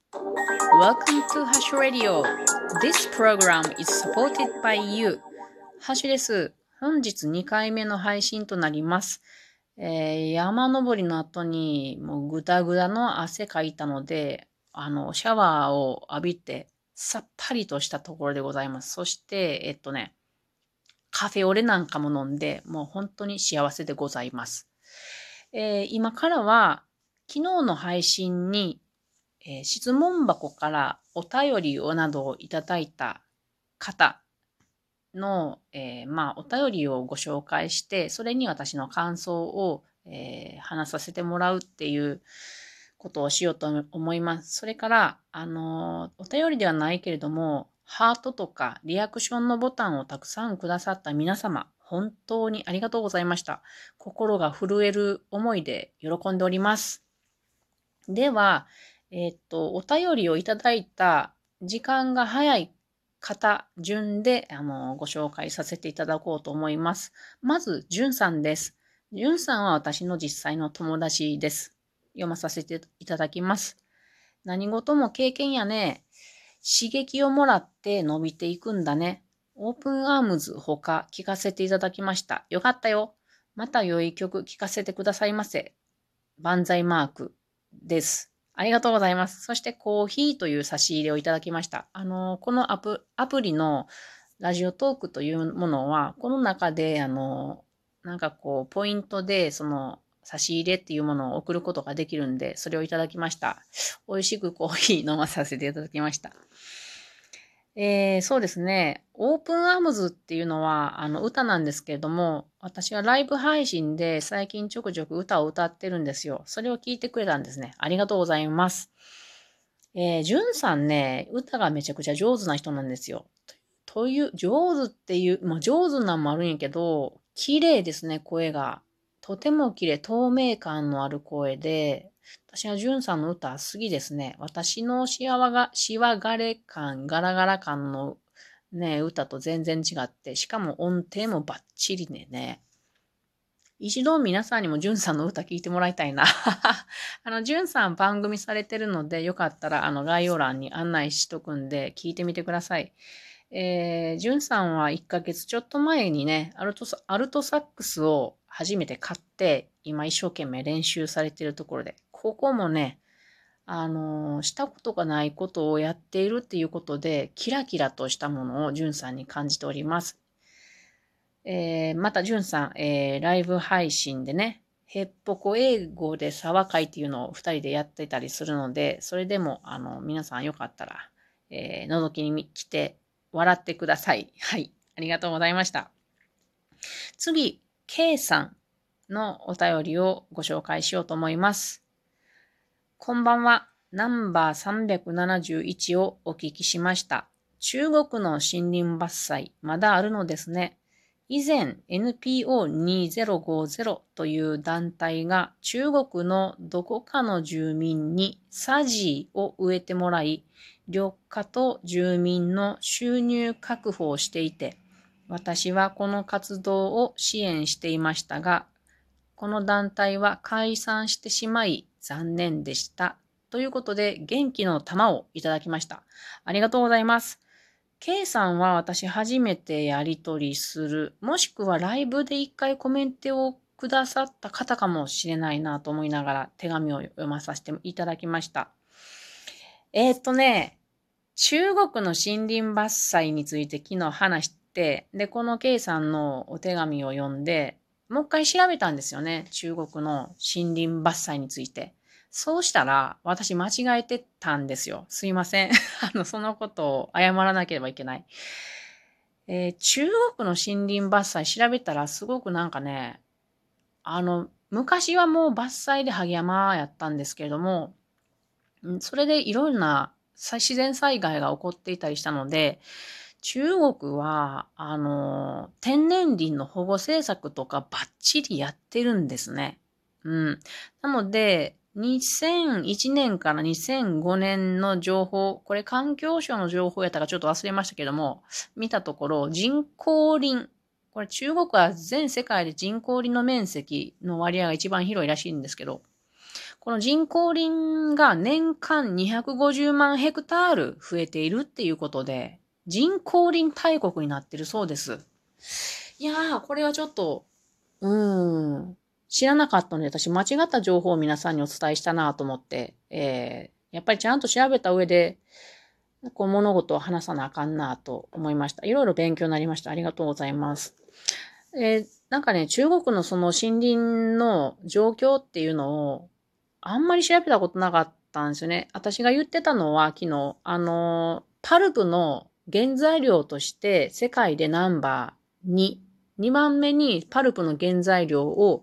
Welcome to Hash Radio. This program is supported by you. ハッシュです。本日2回目の配信となります。山登りの後にもうぐだぐだの汗かいたので、シャワーを浴びてさっぱりとしたところでございます。そして、カフェオレなんかも飲んで、もう本当に幸せでございます。今からは昨日の配信に質問箱からお便りをなどをいただいた方の、お便りをご紹介して、それに私の感想を、話させてもらうっていうことをしようと思います。それから、お便りではないけれども、ハートとかリアクションのボタンをたくさんくださった皆様、本当にありがとうございました。心が震える思いで喜んでおります。では、お便りをいただいた時間が早い方順で、ご紹介させていただこうと思います。まず、じゅんさんです。じゅんさんは私の実際の友達です。読まさせていただきます。何事も経験やね。刺激をもらって伸びていくんだね。オープンアームズ他聞かせていただきました。よかったよ。また良い曲聞かせてくださいませ。万歳マークです。ありがとうございます。そしてコーヒーという差し入れをいただきました。このアプリのラジオトークというものは、この中で、ポイントで、その、差し入れっていうものを送ることができるんで、それをいただきました。美味しくコーヒー飲まさせていただきました。そうですね。オープンアームズっていうのは、歌なんですけれども、私はライブ配信で最近ちょくちょく歌を歌ってるんですよ。それを聞いてくれたんですね。ありがとうございます。ジュンさんね、歌がめちゃくちゃ上手な人なんですよ。という、上手っていう、上手なんもあるんやけど、綺麗ですね、声が。とても綺麗、透明感のある声で、私はジュンさんの歌好きですね。私のしわがれ感、ガラガラ感のね、歌と全然違って、しかも音程もバッチリね。一度皆さんにもジュンさんの歌聞いてもらいたいな。ジュンさん番組されてるので、よかったら概要欄に案内しとくんで、聞いてみてください。ジュンさんは1ヶ月ちょっと前にね、アルトサックスを初めて買って、今一生懸命練習されているところで、ここもね、したことがないことをやっているっていうことで、キラキラとしたものをジュンさんに感じております。また、ジュンさん、ライブ配信でね、ヘッポコ英語で沢会っていうのを二人でやってたりするので、それでも、皆さんよかったら、覗きに来て、笑ってください。はい。ありがとうございました。次、K さんのお便りをご紹介しようと思います。こんばんは。ナンバー371をお聞きしました。中国の森林伐採、まだあるのですね。以前 NPO2050 という団体が中国のどこかの住民にサジを植えてもらい、緑化と住民の収入確保をしていて、私はこの活動を支援していましたが、この団体は解散してしまい残念でした。ということで元気の玉をいただきました。ありがとうございます。K さんは私初めてやりとりする、もしくはライブで一回コメントをくださった方かもしれないなと思いながら手紙を読まさせていただきました。中国の森林伐採について昨日話して、で、この K さんのお手紙を読んで、もう一回調べたんですよね。中国の森林伐採について。そうしたら、私間違えてたんですよ。すいません。そのことを謝らなければいけない。中国の森林伐採調べたらすごくなんかね、昔はもう伐採で萩山やったんですけれども、それでいろんな自然災害が起こっていたりしたので、中国は、天然林の保護政策とかバッチリやってるんですね。うん。なので、2001年から2005年の情報、これ環境省の情報やったかちょっと忘れましたけども、見たところ人工林、これ中国は全世界で人工林の面積の割合が一番広いらしいんですけど、 この人工林が年間250万ヘクタール増えているっていうことで、人工林大国になってるそうです。いやー、これはちょっと、知らなかったので、私間違った情報を皆さんにお伝えしたなと思って、やっぱりちゃんと調べた上で、こう物事を話さなあかんなと思いました。いろいろ勉強になりました。ありがとうございます。なんかね、中国のその森林の状況っていうのを、あんまり調べたことなかったんですよね。私が言ってたのは昨日、パルプの原材料として世界でナンバー2、2番目にパルプの原材料を、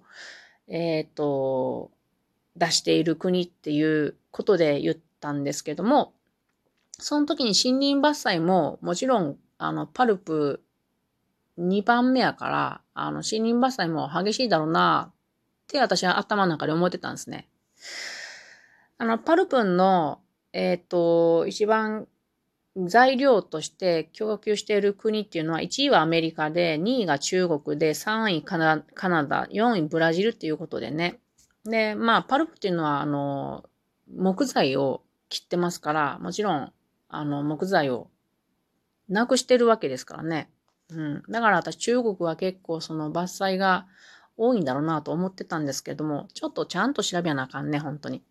出している国っていうことで言ったんですけども、その時に森林伐採ももちろん、パルプ2番目やから、森林伐採も激しいだろうなって私は頭の中で思ってたんですね。パルプンの、一番材料として供給している国っていうのは、1位はアメリカで、2位が中国で、3位カナダ、4位ブラジルっていうことでね。で、まあ、パルプっていうのは、木材を切ってますから、もちろん、木材をなくしてるわけですからね。だから私、中国は結構その伐採が多いんだろうなと思ってたんですけども、ちょっとちゃんと調べなあかんね、本当に。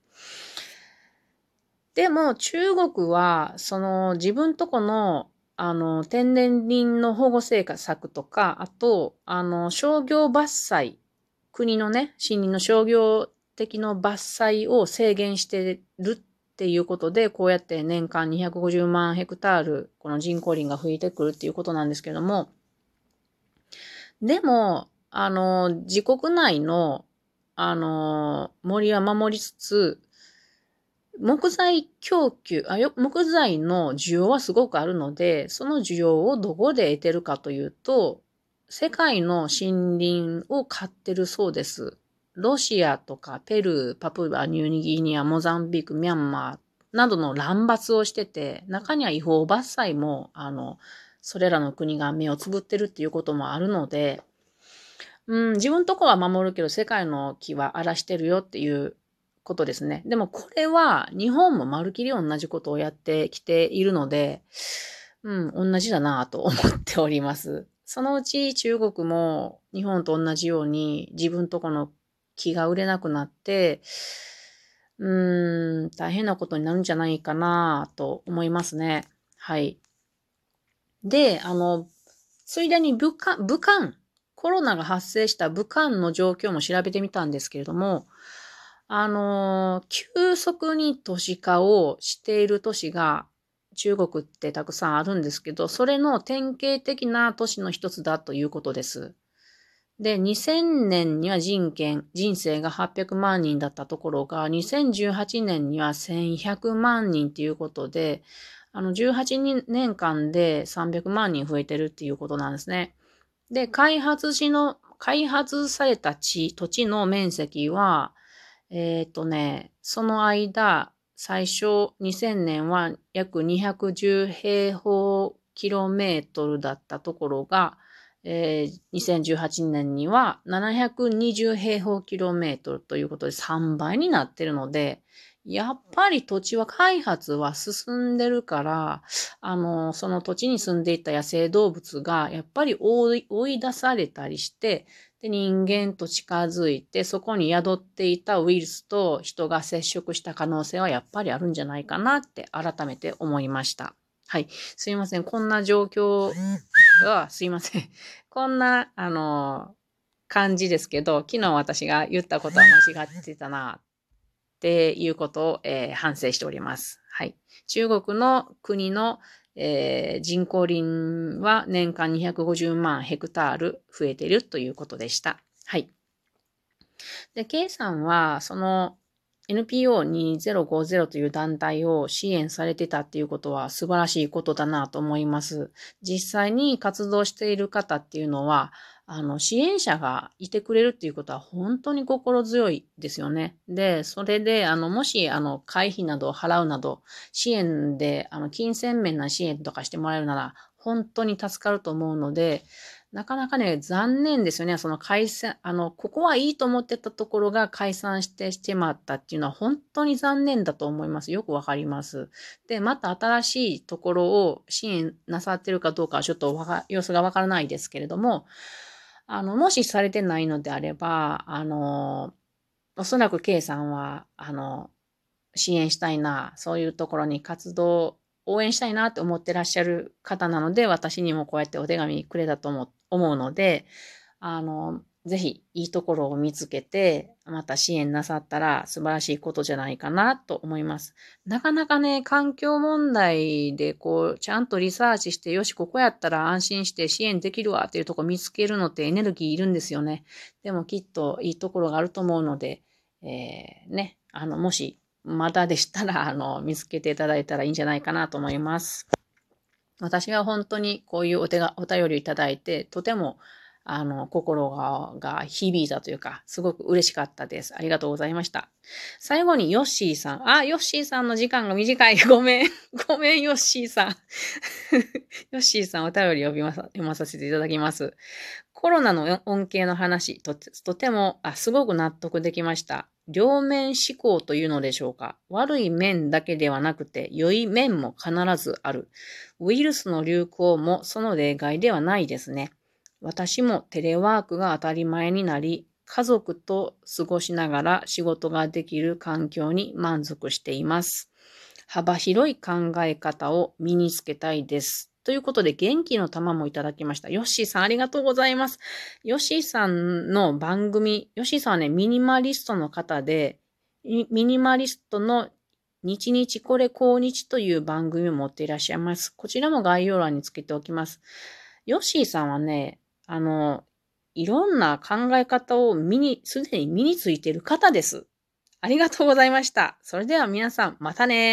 でも、中国は、その自分とこの、天然林の保護政策とか、あと、商業伐採、国のね、森林の商業的の伐採を制限してるっていうことで、こうやって年間250万ヘクタール、この人工林が増えてくるっていうことなんですけども、でも、自国内の、森は守りつつ、木材供給、木材の需要はすごくあるので、その需要をどこで得てるかというと、世界の森林を買ってるそうです。ロシアとかペルー、パプアニューギニア、モザンビーク、ミャンマーなどの乱伐をしてて、中には違法伐採も、それらの国が目をつぶってるっていうこともあるので、自分とこは守るけど世界の木は荒らしてるよっていうことですね。でもこれは日本もまるきり同じことをやってきているので、同じだなぁと思っております。そのうち中国も日本と同じように自分とこの木が売れなくなって、大変なことになるんじゃないかなぁと思いますね。はい。で、ついでに武漢、コロナが発生した武漢の状況も調べてみたんですけれども、急速に都市化をしている都市が中国ってたくさんあるんですけど、それの典型的な都市の一つだということです。で、2000年には人生が800万人だったところが、2018年には1100万人ということで、18年間で300万人増えてるっていうことなんですね。で、開発された土地の面積は、その間、最初2000年は約210平方キロメートルだったところが、2018年には720平方キロメートルということで3倍になってるので、やっぱり土地は開発は進んでるから、その土地に住んでいた野生動物がやっぱり追い出されたりして、で、人間と近づいて、そこに宿っていたウイルスと人が接触した可能性はやっぱりあるんじゃないかなって改めて思いました。はい。すいません。こんな状況が、すいません。こんな、感じですけど、昨日私が言ったことは間違ってたなっていうことを、反省しております。はい。中国の国の、人工林は年間250万ヘクタール増えているということでした。はい。で、K さんは、その NPO2050 という団体を支援されてたっていうことは素晴らしいことだなと思います。実際に活動している方っていうのは、支援者がいてくれるっていうことは本当に心強いですよね。で、それで、もし、会費などを払うなど、支援で、金銭面な支援とかしてもらえるなら、本当に助かると思うので、 なかなかね、残念ですよね。その解散、ここはいいと思ってたところが解散してしまったっていうのは本当に残念だと思います。よくわかります。で、また新しいところを支援なさってるかどうかはちょっと様子がわからないですけれども、もしされてないのであれば、おそらく K さんは、支援したいな、そういうところに応援したいなって思ってらっしゃる方なので、私にもこうやってお手紙くれたと思うので、ぜひいいところを見つけて、また支援なさったら素晴らしいことじゃないかなと思います。なかなかね、環境問題でちゃんとリサーチして、よし、ここやったら安心して支援できるわっていうとこ見つけるのってエネルギーいるんですよね。でもきっといいところがあると思うので、ね、もし、まだでしたら、見つけていただいたらいいんじゃないかなと思います。私は本当にこういうお便りをいただいて、とても、心が響いたというか、すごく嬉しかったです。ありがとうございました。最後にヨッシーさん。ヨッシーさんの時間が短い。ごめん、ヨッシーさん。ヨッシーさんお便り読まさせていただきます。コロナの恩恵の話、とても、すごく納得できました。両面思考というのでしょうか。悪い面だけではなくて、良い面も必ずある。ウイルスの流行もその例外ではないですね。私もテレワークが当たり前になり、家族と過ごしながら仕事ができる環境に満足しています。幅広い考え方を身につけたいです。ということで、元気の玉もいただきました。ヨッシーさん、ありがとうございます。ヨッシーさんの番組、ヨッシーさんはね、ミニマリストの方で、ミニマリストの日日これ今日という番組を持っていらっしゃいます。こちらも概要欄につけておきます。ヨッシーさんはね、いろんな考え方をすでに身についている方です。ありがとうございました。それでは皆さん、またね。